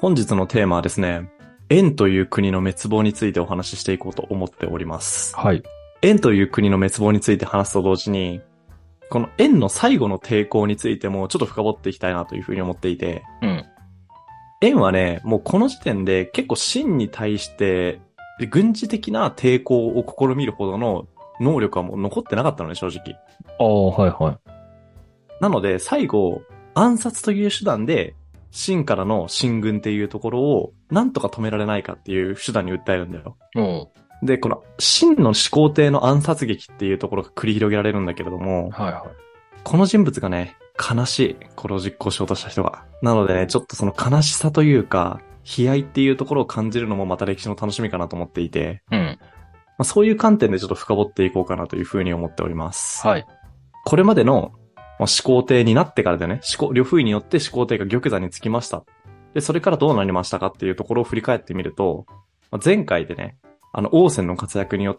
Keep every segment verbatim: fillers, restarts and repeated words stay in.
本日のテーマはですね、燕という国の滅亡についてお話ししていこうと思っております。 はい。 燕という国の滅亡について話すと同時に、この燕の最後の抵抗についてもちょっと深掘っていきたいなというふうに思っていて、 うん。 燕はね、もうこの時点で結構秦に対して軍事的な抵抗を試みるほどの能力はもう残ってなかったのね、正直。 ああ、はいはい。 なので最後、暗殺という手段で秦からの進軍っていうところをなんとか止められないかっていう手段に訴えるんだよ。 うん。 で、この秦の始皇帝の暗殺劇っていうところが繰り広げられるんだけれども、 はいはい。 この人物がね、悲しい。これを実行しようとした人が。なのでね、ちょっとその悲しさというか、悲哀っていうところを感じるのもまた歴史の楽しみかなと思っていて、 うん。 まあ、そういう観点でちょっと深掘っていこうかなというふうに思っております。 はい。 これまでの、まあ、始皇帝になってからでね、始皇、呂不韋によって始皇帝が玉座につきました。で、それからどうなりましたかっていうところを振り返ってみると、まあ、前回でね、あの、王翦の活躍によって、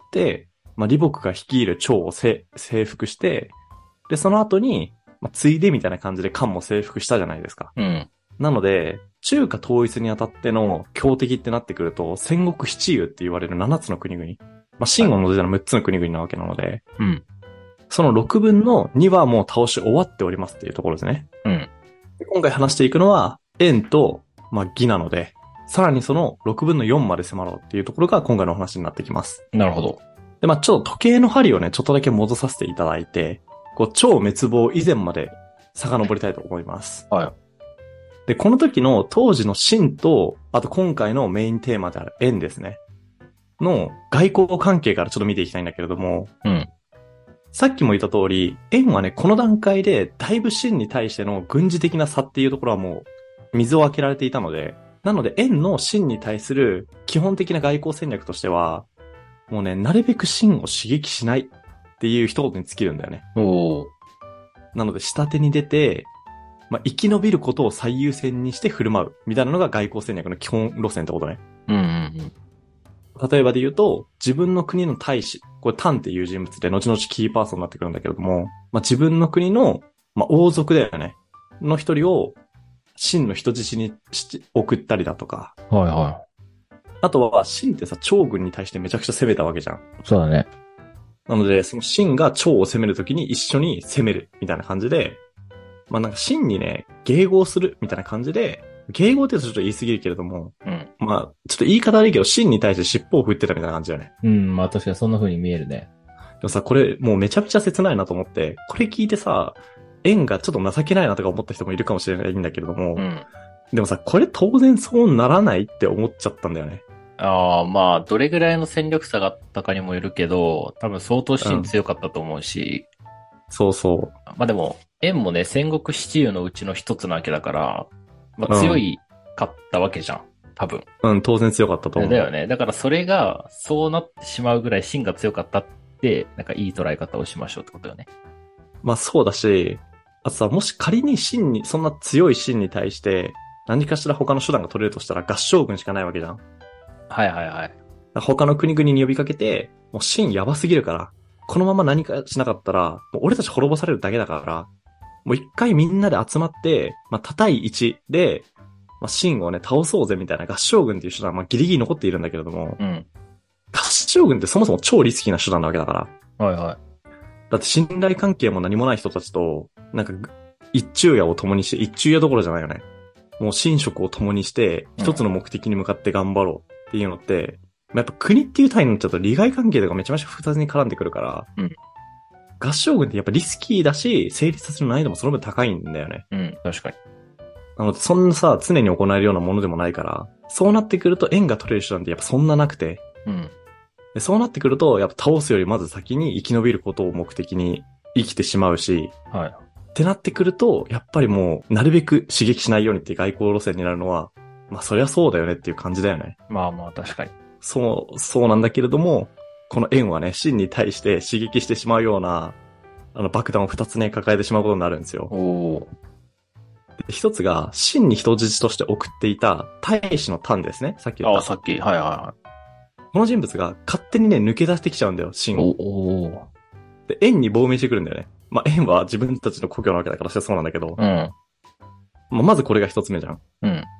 まあ、李牧が率いる趙を征服して、で、その後に、まあ、ついでみたいな感じで漢も征服したじゃないですか。 うん。 なので、中華統一にあたっての強敵ってなってくると、戦国七雄って言われるななつの国々。まあ、秦を除いたらむっつの国々なわけなので、 うん。 そのろくぶんのにはもう倒し終わっておりますっていうところですね。 うん。 で今回話していくのは、燕と、まあ、義なので、さらにそのろくぶんのよんまで迫ろうっていうところが今回のお話になってきます。 なるほど。 で、まあ、ちょっと時計の針をね、ちょっとだけ戻させていただいて、こう、超滅亡以前まで遡りたいと思います。 はい。 で、この時の当時の秦と、あと今回のメインテーマである燕ですね。の外交関係からちょっと見ていきたいんだけれども、 うん。 さっきも言った通り、燕はね、この段階でだいぶ秦に対しての軍事的な差っていうところはもう水を開けられていたので、なので燕の秦に対する基本的な外交戦略としては、もうね、なるべく秦を刺激しないっていう一言に尽きるんだよね。 おー。 なので下手に出て、まあ、生き延びることを最優先にして振る舞うみたいなのが外交戦略の基本路線ってことね。 うんうん例えばで言うと、自分の国の大使、これタンっていう人物で後々キーパーソンになってくるんだけれども、まあ、自分の国の、まあ、王族だよね。の一人を、秦の人質にし送ったりだとか、 うん。はいはあとは秦ってさ、趙軍に対してめちゃくちゃ攻めたわけじゃん。 い。そうだね。 なので、その秦が趙を攻めるときに一緒に攻めるみたいな感じで、まあなんか秦にね、迎合するみたいな感じで、迎合って言うとちょっと言い過ぎるけれども、 うん。 まあ、ちょっと言い方悪いけど、秦に対して尻尾を振ってたみたいな感じだよね。 うん、まあ確かにそんな風に見えるね。 でもさ、これもうめちゃめちゃ切ないなと思って、これ聞いてさ、縁がちょっと情けないなとか思った人もいるかもしれないんだけれども、 うん。 でもさ、これ当然そうならないって思っちゃったんだよね。 ああ、まあ、どれぐらいの戦力差があったかにもよるけど、多分相当うん。 芯強かったと思うし、 そうそまあでも、円もね、戦国七雄のうちの一つなわけだから、まあう。うん。 強いかったわけじゃん。多分。 うん、当然強かったと思う。 だよね。だからそれが、そうなってしまうぐらい芯が強かったって、なんかいい捉え方をしましょうってことよね。 まあそうだし、あとさ、もし仮に秦に、そんな強い秦に対して、何かしら他の手段が取れるとしたら合従軍しかないわけじゃん。 はいはいはい。 他の国々に呼びかけて、もう秦やばすぎるから、このまま何かしなかったら、もう俺たち滅ぼされるだけだから、もう一回みんなで集まって、まあ、多対一で、まあ、秦をね、倒そうぜみたいな合従軍っていう手段は、まあ、ギリギリ残っているんだけれども、 うん。 合従軍ってそもそも超リスキーな手段なわけだから、 はいはだって信頼関係も何もない人たちと、なんか、一昼夜を共にして、一昼夜どころじゃないよね。もう寝食を共にして、一つの目的に向かって頑張ろうっていうのって、やっぱ国っていう単位になっちゃうと利害関係とかめちゃめちゃ複雑に絡んでくるから、 うん合従軍ってやっぱリスキーだし、成立させる難易度もその分高いんだよね。 い。うん、確かに。 なので、そんなさ、常に行えるようなものでもないから、そうなってくると縁が取れる手段ってやっぱそんななくて、 うん。 でそうなってくると、やっぱ倒すよりまず先に生き延びることを目的に生きてしまうし、 はい。 ってなってくると、やっぱりもう、なるべく刺激しないようにっていう外交路線になるのは、まあそりゃそうだよねっていう感じだよね。 まあまあ確かに。 そう、そうなんだけれども、この縁はね、真に対して刺激してしまうような、あの爆弾を二つね、抱えてしまうことになるんですよ。 おー。 で一つが、真に人質として送っていた大使のタンですね。さっき言っああ、 た。 さっき。はいはいはい。 この人物が勝手にね、抜け出してきちゃうんだよ、真を。 おおー。 で、縁に亡命してくるんだよね。まあ、縁は自分たちの故郷なわけだからしてそうなんだけど、 うん。 まあ、まずこれが一つ目じゃん。 うん。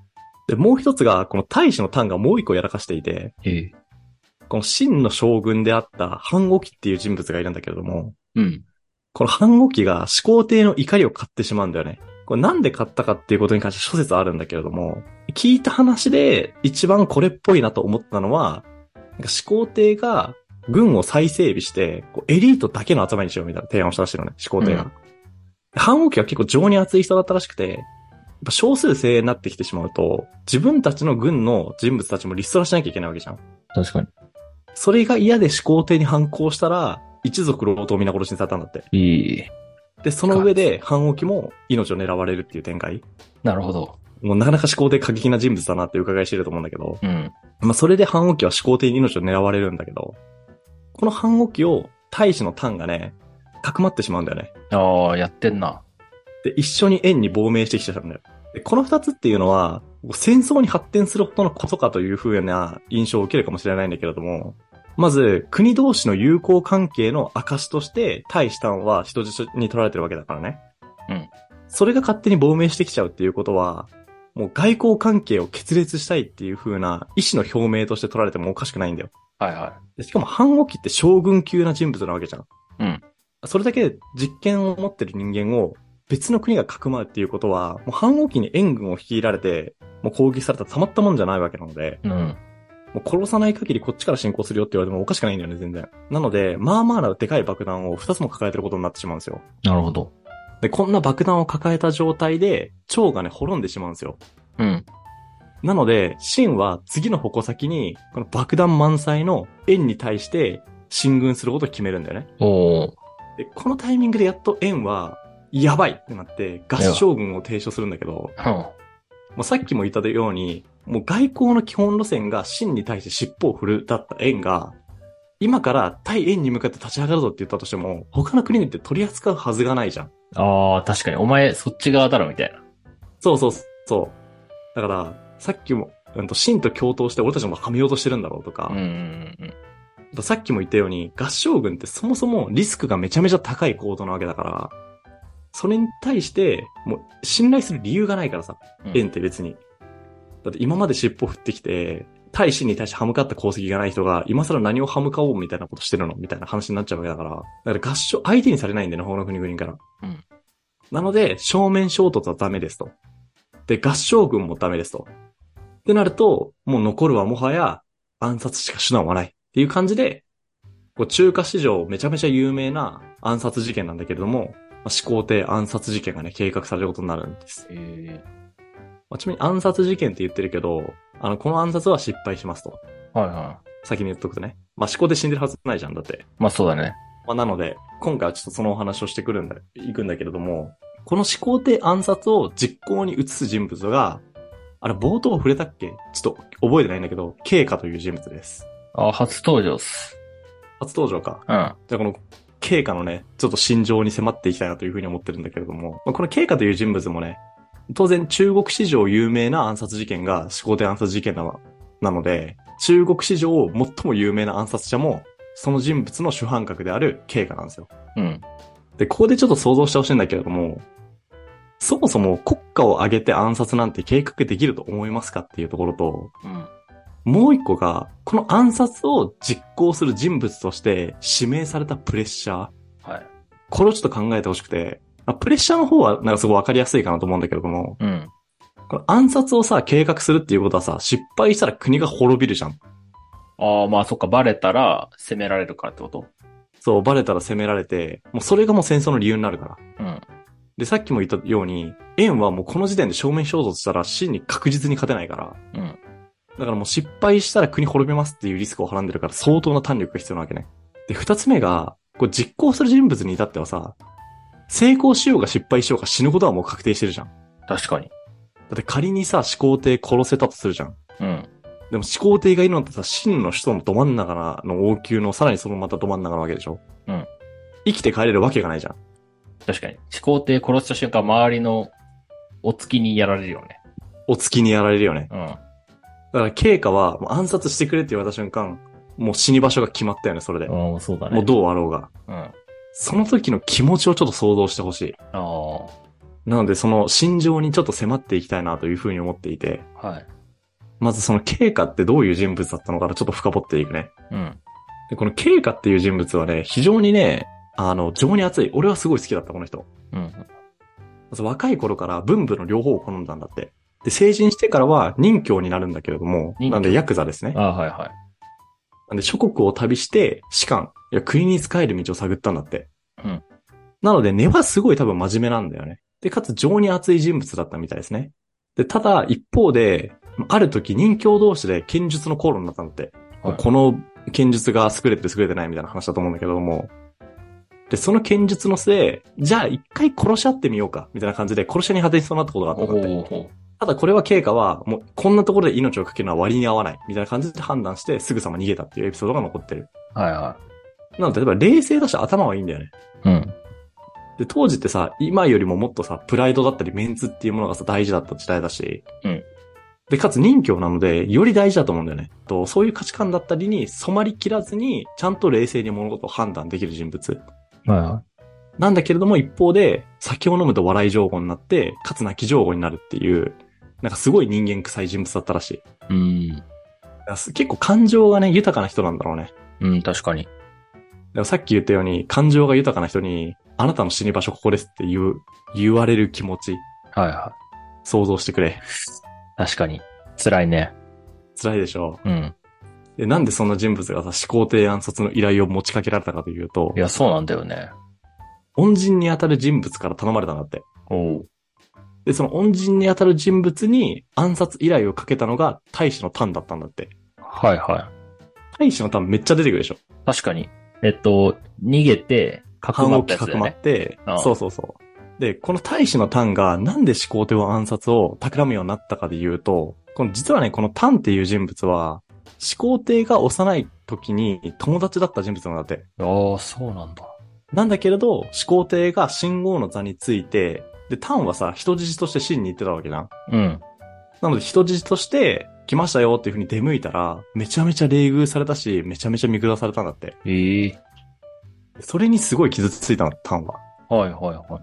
で、もう一つが、この大使のタンがもう一個やらかしていて、 へえ。 この秦の将軍であった反語機っていう人物がいるんだけれども、 うん。 この反語機が始皇帝の怒りを買ってしまうんだよね。これなんで買ったかっていうことに関して諸説あるんだけれども、聞いた話で一番これっぽいなと思ったのは、なんか始皇帝が軍を再整備して、こうエリートだけの集まりにしようみたいな提案をしたらしいのね、始皇帝が。 うん、 反語機は結構情に熱い人だったらしくて、やっぱ少数精鋭になってきてしまうと、自分たちの軍の人物たちもリストラしなきゃいけないわけじゃん。 確かに。 それが嫌で始皇帝に反抗したら、一族老頭皆殺しにされたんだって。 いい。 で、その上で反王機も命を狙われるっていう展開。 なるほど。 もうなかなか始皇帝過激な人物だなって伺いしてると思うんだけど。 うん。 まあそれで反王機は始皇帝に命を狙われるんだけど、この反王機を大使のタンがね、かくまってしまうんだよね。 ああ、やってんな。 で、一緒に円に亡命してきちゃうんだよ。で、この二つっていうのは、戦争に発展するほどのことかという風な印象を受けるかもしれないんだけれども、まず、国同士の友好関係の証として、大使タンは人質に取られてるわけだからね。 うん。 それが勝手に亡命してきちゃうっていうことは、もう外交関係を決裂したいっていう風な意思の表明として取られてもおかしくないんだよ。 はいはでしかも反王機って将軍級な人物なわけじゃん。 い。うん。 それだけ実権を持ってる人間を別の国がかくまうっていうことは、もう反王機に援軍を率いられて、もう攻撃されたらたまったもんじゃないわけなので、 うん。 もう殺さない限りこっちから侵攻するよって言われてもおかしくないんだよね、全然。なので、まあまあなでかい爆弾を二つも抱えてることになってしまうんですよ。 なるほど。 で、こんな爆弾を抱えた状態で、趙がね、滅んでしまうんですよ。 うん。 なので、秦は次の矛先に、この爆弾満載の円に対して進軍することを決めるんだよね。 おー。 で、このタイミングでやっと円は、やばいってなって、合従軍を提唱するんだけど、 うん。 もうさっきも言ったように、もう外交の基本路線が秦に対して尻尾を振るだった円が、今から対円に向かって立ち上がるぞって言ったとしても、他の国にって取り扱うはずがないじゃん。 ああ、確かに。お前、そっち側だろ、みたいな。 そうそうそう。だから、さっきも、うんと、秦と共闘して俺たちもはめようとしてるんだろうとか、 うんうんうん。 さっきも言ったように、合従軍ってそもそもリスクがめちゃめちゃ高い行動なわけだから、それに対して、もう信頼する理由がないからさ、 うん、 円って別に。だって今まで尻尾振ってきて、対秦に対して歯向かった功績がない人が、今更何を歯向かおうみたいなことしてるのみたいな話になっちゃうわけだから、だから合唱、相手にされないんだよね、他の国々から。 うん。 なので、正面衝突はダメですと。で、合従軍もダメですと。ってなると、もう残るはもはや暗殺しか手段はないっていう感じで、こう中華史上めちゃめちゃ有名な暗殺事件なんだけれども、まあ、始皇帝暗殺事件がね、計画されることになるんです。 えーまあ、ちなみに暗殺事件って言ってるけど、あの、この暗殺は失敗しますと。 はいは先に言っとくとね。まあ、始皇帝死んでるはずないじゃん、だって。 い。まあそうだね。 まあ、なので、今回はちょっとそのお話をしてくるんだ、行くんだけれども、この始皇帝暗殺を実行に移す人物が、あれ、冒頭触れたっけちょっと覚えてないんだけど、慶華という人物です。 あ、初登場っす。 初登場か。 うん。 じゃあこの、慶華のね、ちょっと心情に迫っていきたいなというふうに思ってるんだけれども、まあ、この慶華という人物もね、当然中国史上有名な暗殺事件が始皇帝暗殺事件なの、なので、中国史上最も有名な暗殺者も、その人物の主犯格である慶華なんですよ。 うん。 で、ここでちょっと想像してほしいんだけれども、そもそも国家を挙げて暗殺なんて計画できると思いますかっていうところと、 うん。 もう一個が、この暗殺を実行する人物として指名されたプレッシャー。 はい。 これをちょっと考えてほしくて、まあプレッシャーの方はなんかすごいわかりやすいかなと思うんだけれども、 うん。 この暗殺をさ、計画するっていうことはさ、失敗したら国が滅びるじゃん。 ああ、まあそっか、バレたら攻められるからってこと？ そう、バレたら攻められて、もうそれがもう戦争の理由になるから。 うん。 で、さっきも言ったように、円はもうこの時点で正面衝突したら秦に確実に勝てないから。 うん。 だからもう失敗したら国滅びますっていうリスクをはらんでるから相当な胆力が必要なわけね。で、二つ目が、こう実行する人物に至ってはさ、成功しようが失敗しようが死ぬことはもう確定してるじゃん。 確かに。 だって仮にさ、始皇帝殺せたとするじゃん。 うん。 でも始皇帝がいるのってさ、秦の首都のど真ん中の王宮のさらにそのまたど真ん中なわけでしょ。 うん。 生きて帰れるわけがないじゃん。 確かに。始皇帝殺した瞬間、周りのお付きにやられるよね。 お付きにやられるよね。 うん。 だから慶華はもう暗殺してくれって言われた瞬間、もう死に場所が決まったよね、それで。 ああ、そうだね。 もうどうあろうが。 うん。あその時の気持ちをちょっと想像してほしい。 あ。 なのでその心情にちょっと迫っていきたいなというふうに思っていて。 はい。 まずその慶華ってどういう人物だったのかちょっと深掘っていくね。 うん。 で、この慶華っていう人物はね、非常にね、あの、情に熱い。俺はすごい好きだった、この人。 うん。 まず若い頃から文武の両方を好んだんだって。で、成人してからは任教になるんだけれども、 任教なんでヤクザですね。 ああ、はいはい。 なんで諸国を旅して士官、いや国に仕える道を探ったんだって。 うん。 なので根はすごい多分真面目なんだよね。で、かつ情に熱い人物だったみたいですね。で、ただ一方で、ある時任教同士で剣術の口論になったんだって。 はい、 この剣術が優れてて優れてないみたいな話だと思うんだけども。で、その剣術の末、じゃあ一回殺し合ってみようか、みたいな感じで殺し合いに発展しそうになったことがあったんだって。 おーただこれは経過は、もうこんなところで命をかけるのは割に合わない、みたいな感じで判断してすぐさま逃げたっていうエピソードが残ってる。 はいはなので、例えば冷静だし頭はいいんだよね。 い。うん。 で、当時ってさ、今よりももっとさ、プライドだったりメンツっていうものがさ、大事だった時代だし。 うん。 で、かつ任教なので、より大事だと思うんだよね。と、そういう価値観だったりに染まりきらずに、ちゃんと冷静に物事を判断できる人物。 はいはなんだけれども、一方で、酒を飲むと笑い上戸になって、かつ泣き上戸になるっていう、なんかすごい人間臭い人物だったらしい。 うん。 結構感情がね、豊かな人なんだろうね。 うん、確かに。 だからさっき言ったように、感情が豊かな人に、あなたの死に場所ここですって言う、言われる気持ち。 はいは想像してくれ。 い。確かに。辛いね。 辛いでしょ。 うん。 で、なんでそんな人物がさ、始皇帝暗殺の依頼を持ちかけられたかというと、 いや、そうなんだよね。 恩人に当たる人物から頼まれたんだって。 おう。 で、その恩人に当たる人物に暗殺依頼をかけたのが大使のタンだったんだって。 はいは大使のタンめっちゃ出てくるでしょ。 い。確かに。えっと、逃げて、かくまったやつだよ反をかくまっね。 て、 ああそうそうそう。で、この大使のタンがなんで始皇帝を暗殺を企むようになったかで言うと、この実はね、このタンっていう人物は、始皇帝が幼い時に友達だった人物なんだって。 ああ、そうなんだ。 なんだけれど、始皇帝が秦王の座について、で、タンはさ、人質として秦に行ってたわけじゃん。 うん。 なので人質として来ましたよっていう風に出向いたら、めちゃめちゃ冷遇されたし、めちゃめちゃ見下されたんだって。 ええそれにすごい傷ついたの、タンは。 はいはいはい。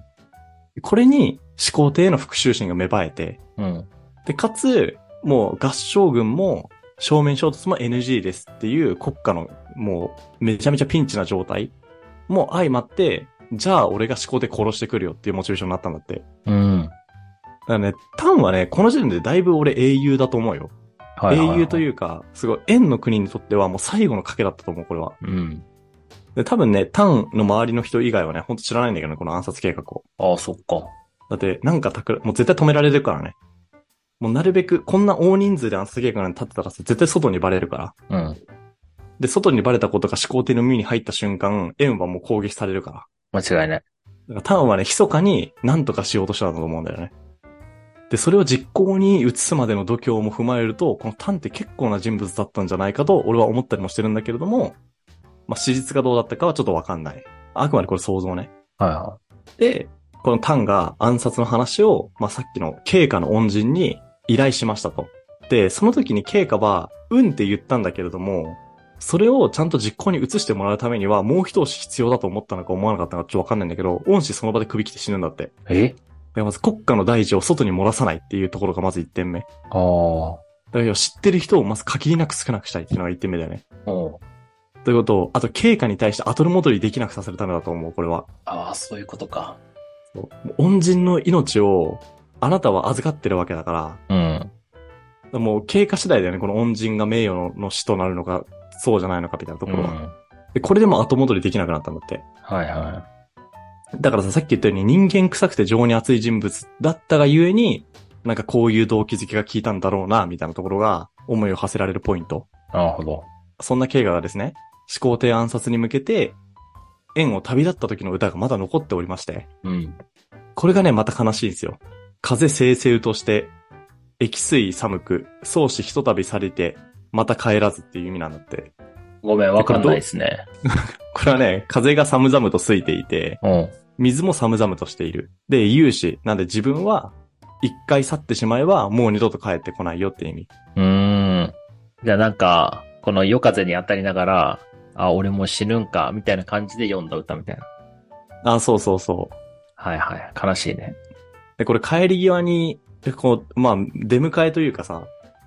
これに始皇帝への復讐心が芽生えて、 うん。 で、かつ、もう合従軍も正面衝突も エヌジー ですっていう国家のもうめちゃめちゃピンチな状態も相まって、じゃあ俺が始皇帝殺してくるよっていうモチベーションになったんだって。 うん。 だからね、タンはね、この時点でだいぶ俺英雄だと思うよ。 はいはいはい、 英雄というか、すごい、円の国にとってはもう最後の賭けだったと思う、これは。 うん。 で、多分ね、タンの周りの人以外はね、ほんと知らないんだけどね、この暗殺計画を。 ああ、そっか。 だって、なんかたくら、もう絶対止められるからね。もうなるべく、こんな大人数で暗殺計画に立ってたらさ、絶対外にバレるから。 うん。 で、外にバレたことが始皇帝の耳に入った瞬間、円はもう攻撃されるから。 間違いない。 だからタンはね、密かに何とかしようとしたんだと思うんだよね。で、それを実行に移すまでの度胸も踏まえると、このタンって結構な人物だったんじゃないかと、俺は思ったりもしてるんだけれども、まあ、史実がどうだったかはちょっとわかんない。あくまでこれ想像ね。 はいはで、このタンが暗殺の話を、まあ、さっきの慶華の恩人に依頼しましたと。で、その時に慶華は、うんって言ったんだけれども、それをちゃんと実行に移してもらうためには、もう一押し必要だと思ったのか思わなかったのかちょっとわかんないんだけど、恩師その場で首切って死ぬんだって。 い。えでまず国家の大事を外に漏らさないっていうところがまず一点目。 ああ。 だから知ってる人をまず限りなく少なくしたいっていうのが一点目だよね。 おう。 ということを、あと慶華に対して後戻りできなくさせるためだと思う、これは。 ああ、そういうことか。 そう恩人の命をあなたは預かってるわけだかうん。 ら、もう経過次第だよね、この恩人が名誉の死となるのか、そうじゃないのかみたいなところは。 うん、 でこれでも後戻りできなくなったんだって。 はいはだからさ、さっき言ったように人間臭くて情に熱い人物だったがゆえに、なんかこういう動機づけが効いたんだろうな、みたいなところが思いを馳せられるポイント。 い。なるほど。 そんな経過がですね、始皇帝暗殺に向けて、縁を旅立った時の歌がまだ残っておりまして、 うん。 これがね、また悲しいんですよ。風清々として、液水寒く、相思ひとたび去りて、また帰らずっていう意味なんだって。 ごめん、わかんないですね。 これはね、風が寒々と吹いていて、 うん。 水も寒々としている。で、有志。なんで自分は、一回去ってしまえば、もう二度と帰ってこないよって意味。 うーん。じゃあなんか、この夜風に当たりながら、あ、俺も死ぬんか、みたいな感じで読んだ歌みたいな。 あ、そうそうそう。 はいはい。悲しいね。 で、これ帰り際に、こう、まあ、出迎えというかさ、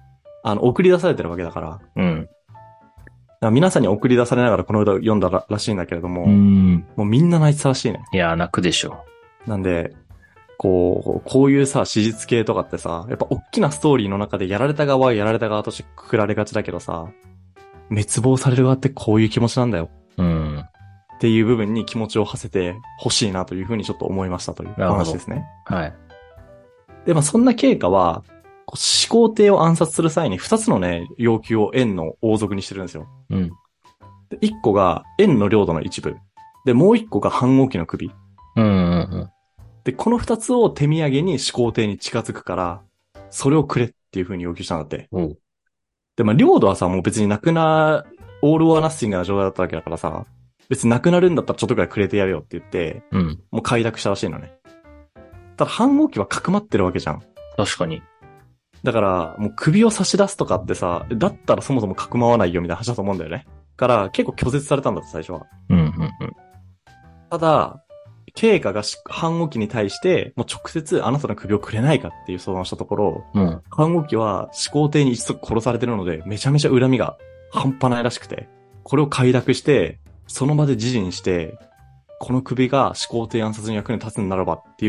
あの、送り出されてるわけだから。 うん。 だから皆さんに送り出されながらこの歌を読んだららしいんだけれども、 うん。 もうみんな泣いてたらしいね。 いや、泣くでしょ。 なんで、こう、こういうさ、史実系とかってさ、やっぱ大きなストーリーの中でやられた側はやられた側としてくくられがちだけどさ、滅亡される側ってこういう気持ちなんだよ。 うん。 っていう部分に気持ちを馳せてほしいなというふうにちょっと思いましたというお話ですね。 はい。 で、まあそんな経過は、こう始皇帝を暗殺する際に二つのね、要求を円の王族にしてるんですよ。 うん。 で、一個が円の領土の一部。で、もう一個が反王旗の首。 うんうんうん。 で、この二つを手土産に始皇帝に近づくから、それをくれっていう風に要求したんだって。 うん。 で、まあ領土はさ、もう別になくな、オールオアナッシングな状態だったわけだからさ、別になくなるんだったらちょっとくらいくれてやるよって言って、 うん。 もう快諾したらしいのね。ただ反王旗はかくまってるわけじゃん。 確かに。 だから、もう首を差し出すとかってさ、だったらそもそもかくまわないよみたいな話だと思うんだよね。から結構拒絶されたんだって最初は。 うんうんうん。 ただ、経過が反王旗に対して、もう直接あなたの首をくれないかっていう相談をしたところ、 うん。 反王旗は始皇帝に一族殺されてるので、めちゃめちゃ恨みが半端ないらしくて、これを快諾して、その場で自陣して、この首が始皇帝暗殺の役に立つんならばって言って、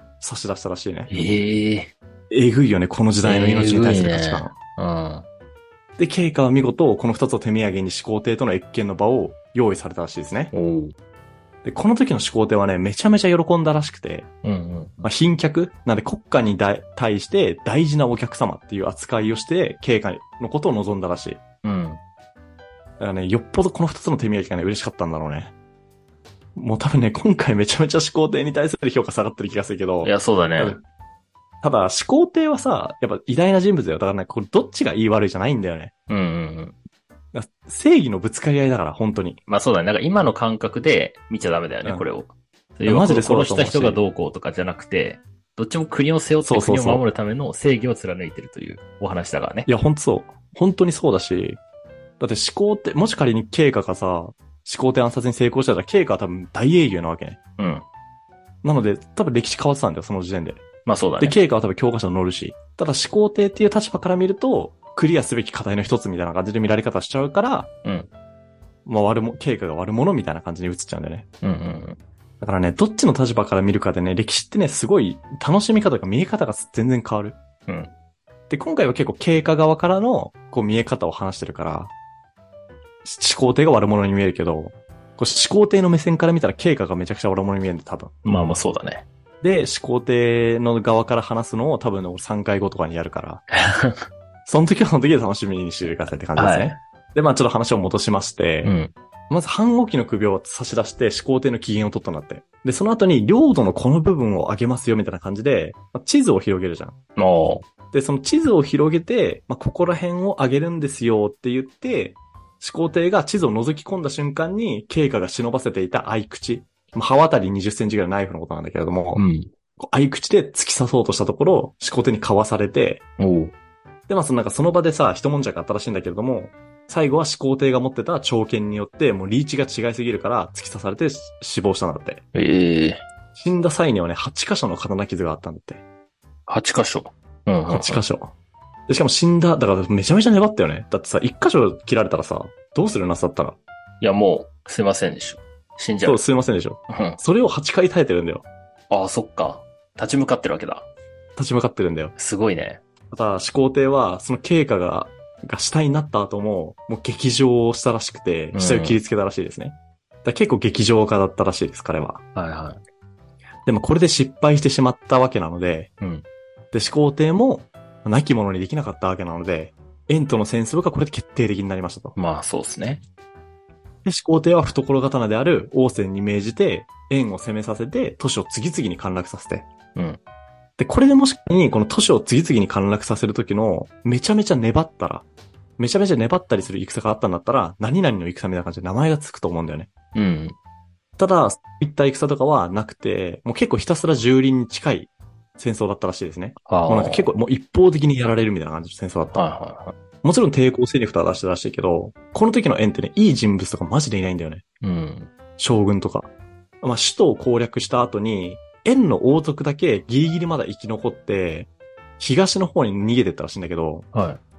差し出したらしいね。 えええぐいよね、この時代の命に対する価値観。 ね、うん。 で、経過は見事、この二つを手土産に始皇帝との謁見の場を用意されたらしいですね。 おう。 で、この時の始皇帝はね、めちゃめちゃ喜んだらしくて、 うんうん。 まあ、賓客なんで国家に対して大事なお客様っていう扱いをして、経過のことを望んだらしい。 うん。 だからね、よっぽどこの二つの手土産がね、嬉しかったんだろうね。もう多分ね、今回めちゃめちゃ始皇帝に対する評価下がってる気がするけど。 いや、そうだね。 ただ、始皇帝はさ、やっぱ偉大な人物だよ。だからね、これどっちがいい悪いじゃないんだよね。 うんうんうん。 正義のぶつかり合いだから、本当に。 まあそうだね。なんか今の感覚で見ちゃダメだよね、 うん、 これを。 マジでそうだ殺した人がどうこうとかじゃなくて、どっちも国を背負って国を守るための正義を貫いてるというお話だからね。 いや、本当そう。本当にそうだし、だって始皇帝、もし仮に経過がさ、始皇帝暗殺に成功したら経過は多分大英雄なわけね。 うん。 なので、多分歴史変わってたんだよ、その時点で。 まあそうだね。 で、経過は多分教科書に載るし。ただ始皇帝っていう立場から見ると、クリアすべき課題の一つみたいな感じで見られ方しちゃうから、 うん。 まあ悪も、経過が悪者みたいな感じに映っちゃうんだよね。 うんうんうん。 だからね、どっちの立場から見るかでね、歴史ってね、すごい楽しみ方とか見え方が全然変わる。 うん。 で、今回は結構経過側からの、こう見え方を話してるから、始皇帝が悪者に見えるけど、こう始皇帝の目線から見たら経過がめちゃくちゃ悪者に見えるんで、多分。 まあまあそうだね。 で、始皇帝の側から話すのを多分ね、さんかいごとかにやるから、その時はその時で楽しみにしてくださいって感じですね。はい、で、まあちょっと話を戻しまして、 うん、 まず反王旗の首を差し出して始皇帝の機嫌を取ったんだって。で、その後に領土のこの部分を上げますよみたいな感じで、まあ、地図を広げるじゃん。 おで、その地図を広げて、まあ、ここら辺を上げるんですよって言って、始皇帝が地図を覗き込んだ瞬間に、経過が忍ばせていた合口。まあ、刃渡りにじゅっセンチぐらいのナイフのことなんだけれども、 うん、 合口で突き刺そうとしたところ、始皇帝にかわされて、 おで、まあ、そのなんかその場でさ、一悶着あったらしいんだけれども、最後は始皇帝が持ってた長剣によって、もうリーチが違いすぎるから突き刺されて死亡したんだって。 ええー。 死んだ際にはね、はちかしょの刀傷があったんだって。 はちかしょうん、うん。 はちかしょ。で、しかも死んだ、だからめちゃめちゃ粘ったよね。だってさ、いっかしょ切られたらさ、どうするなさったら。 いや、もう、すいませんでしょ。死んじゃう。 そう、すいませんでしょ。 うん。 それをはちかい耐えてるんだよ。 ああ、そっか。立ち向かってるわけだ。 立ち向かってるんだよ。 すごいね。 また、始皇帝は、その経過が、が死体になった後も、もう劇場をしたらしくて、死体を切りつけたらしいですね。だから結構劇場家だったらしいです、彼は。 はいはい。 でもこれで失敗してしまったわけなので、 うん。 で、始皇帝も、亡き者にできなかったわけなので、円との戦争がこれで決定的になりましたと。 まあ、そうですね。 で、始皇帝は懐刀である王翦に命じて、円を攻めさせて、都市を次々に陥落させて。 うん。 で、これでもしに、この都市を次々に陥落させるときの、めちゃめちゃ粘ったら、めちゃめちゃ粘ったりする戦があったんだったら、何々の戦みたいな感じで名前がつくと思うんだよね。 うん。 ただ、そういった戦とかはなくて、もう結構ひたすら蹂躙に近い戦争だったらしいですね。もうなんか結構もう一方的にやられるみたいな感じの戦争だった。 はいはいはい。 もちろん抵抗勢力とは出してたらしいけど、この時の円ってね、いい人物とかマジでいないんだよね。 うん。 将軍とか。まあ、首都を攻略した後に、円の王族だけギリギリまだ生き残って、東の方に逃げてったらしいんだけど、 はい。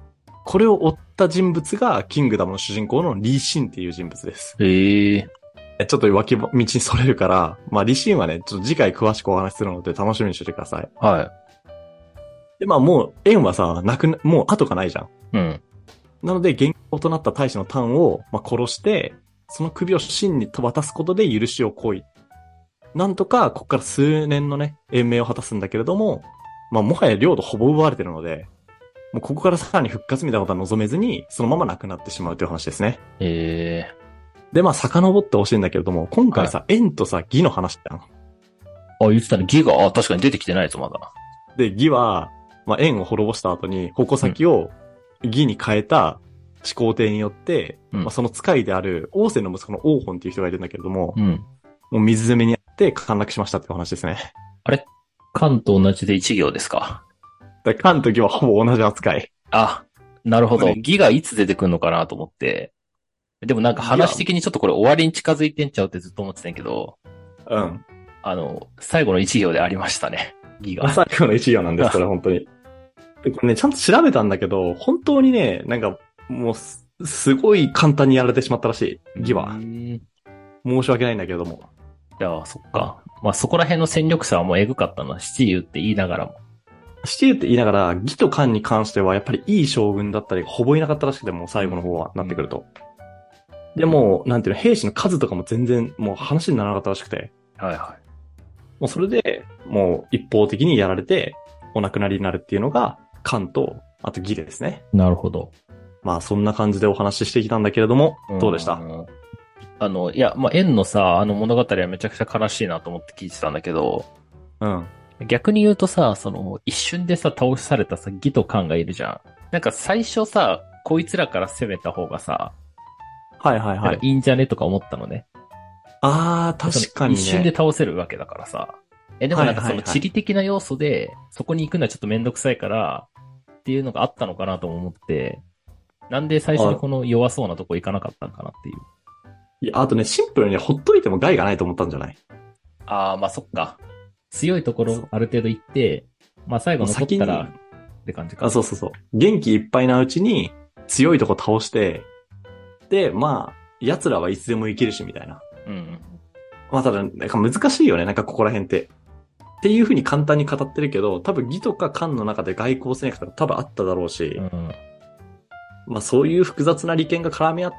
これを追った人物が、キングダムの主人公のリー・シンっていう人物です。 へえ。 ちょっと脇道にそれるから、まあ、リー・シンはね、ちょっと次回詳しくお話しするので楽しみにしててください。 はい。 で、まあもう、縁はさ、なくな、もう後がないじゃん。 うん。 なので、元凶となった大使のタンを、まあ、殺して、その首をシンに渡すことで許しを請い。なんとか、ここから数年のね、延命を果たすんだけれども、まあ、もはや領土ほぼ奪われてるので、もうここからさらに復活みたいなことは望めずに、そのまま亡くなってしまうという話ですね。 へえ。 で、まあ、遡ってほしいんだけれども、今回さ、縁とさ、義の話だよ。 あ、言ってたね。ギガ、あ、確かに出てきてないぞ、まだ。 で、義は、まあ、縁を滅ぼした後に、矛先を義に変えた始皇帝によって、 うんまあ、その使いである、王翦の息子の王本っていう人がいるんだけれども、 うん。 もう水攻めにあって陥落しましたっていう話ですね。 あれ関と同じで一行ですか？ だから関と義はほぼ同じ扱い。 あ、なるほど。 ねギがいつ出てくるのかなと思って。でもなんか話的にちょっとこれ終わりに近づいてんちゃうってずっと思ってたんやけど、 うん。 あの、最後の一行でありましたね。ギが。 最後の一行なんです、これ本当に。でこれね、ちゃんと調べたんだけど、本当にね、なんか、もうす、すごい簡単にやられてしまったらしい。義はう。ーん申し訳ないんだけれども。 じゃあ、そっか。まあそこら辺の戦力差はもうエグかったな。七雄って言いながらも。 シチューって言いながら、義と漢に関してはやっぱりいい将軍だったり、ほぼいなかったらしくて、もう最後の方はなってくると。でも、なんていうの、兵士の数とかも全然もう話にならなかったらしくて。 はいはもうそれで、もう一方的にやられて、お亡くなりになるっていうのが、漢と、あと義ですね。 い。なるほど。 まあそんな感じでお話ししてきたんだけれども、どうでした？ んあの、いや、まあ、縁のさ、あの物語はめちゃくちゃ悲しいなと思って聞いてたんだけど、 うん。 逆に言うとさ、その、一瞬でさ、倒されたさ、義と勘がいるじゃん。なんか最初さ、こいつらから攻めた方がさ、 はいはいはい。 なんかいいんじゃねとか思ったのね。 ああ、確かにね。 一瞬で倒せるわけだからさ。え、でもなんかそはいはいはいの地理的な要素で、そこに行くのはちょっとめんどくさいから、っていうのがあったのかなとも思って、なんで最初にこの弱そうなとこ行かなかったのかなっていう。 いや、あとね、シンプルにね、ほっといても害がないと思ったんじゃない？ ああ、まあそっか。強いところある程度行って、まあ最後残ったらって感じか。 あ、そうそうそう。元気いっぱいなうちに強いとこ倒して、で、まあ、奴らはいつでも生きるし、みたいな。 うんうん。 まあただ、なんか難しいよね、なんかここら辺って。っていう風に簡単に語ってるけど、多分義とか漢の中で外交戦略とか多分あっただろうし、 うんうん、 まあそういう複雑な利権が絡み合って、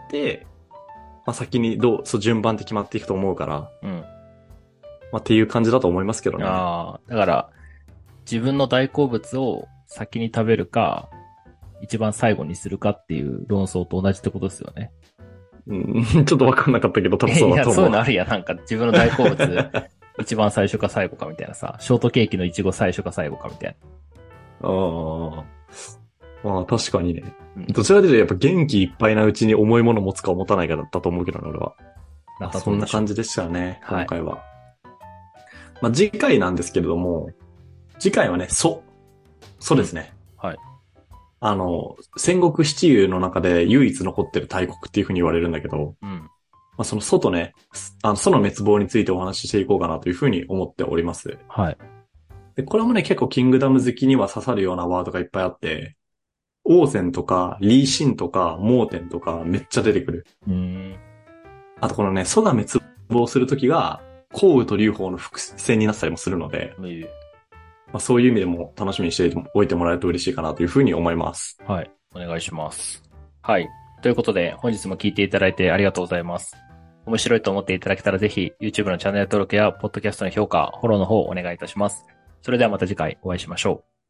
まあ先にどう、そう順番って決まっていくと思うから、 うん。 まあっていう感じだと思いますけどね。 ああ、だから、自分の大好物を先に食べるか、一番最後にするかっていう論争と同じってことですよね。 うん、ちょっとわかんなかったけど、多分そうだと思う。 いや、そういうのあるやん。なんか自分の大好物、一番最初か最後かみたいなさ、ショートケーキのイチゴ最初か最後かみたいああ。まあ確かにね。 な。うん、 どちらかというとやっぱ元気いっぱいなうちに重いものを持つか持たないかだったと思うけどね、俺は。 なまあそんな感じでしたね、 はい今回は。まあ次回なんですけれども、次回はね、蘇。蘇ですね。 うん、はい。 あの、戦国七雄の中で唯一残ってる大国っていう風に言われるんだけど、 うん。 まあその蘇とね、あの、蘇の滅亡についてお話ししていこうかなという風に思っております。 はい。 で、これもね、結構キングダム好きには刺さるようなワードがいっぱいあって、王翦とか、リーシンとか、蒙天とか、めっちゃ出てくる。 うーん。 あとこのね、蘇が滅亡するときが、項羽と劉邦の伏線になったりもするので、まあ、そういう意味でも楽しみにしておいてもらえると嬉しいかなというふうに思います。 はい。お願いします。はい。ということで、本日も聞いていただいてありがとうございます。面白いと思っていただけたらぜひ、YouTube のチャンネル登録や、Podcast の評価、フォローの方をお願いいたします。それではまた次回お会いしましょう。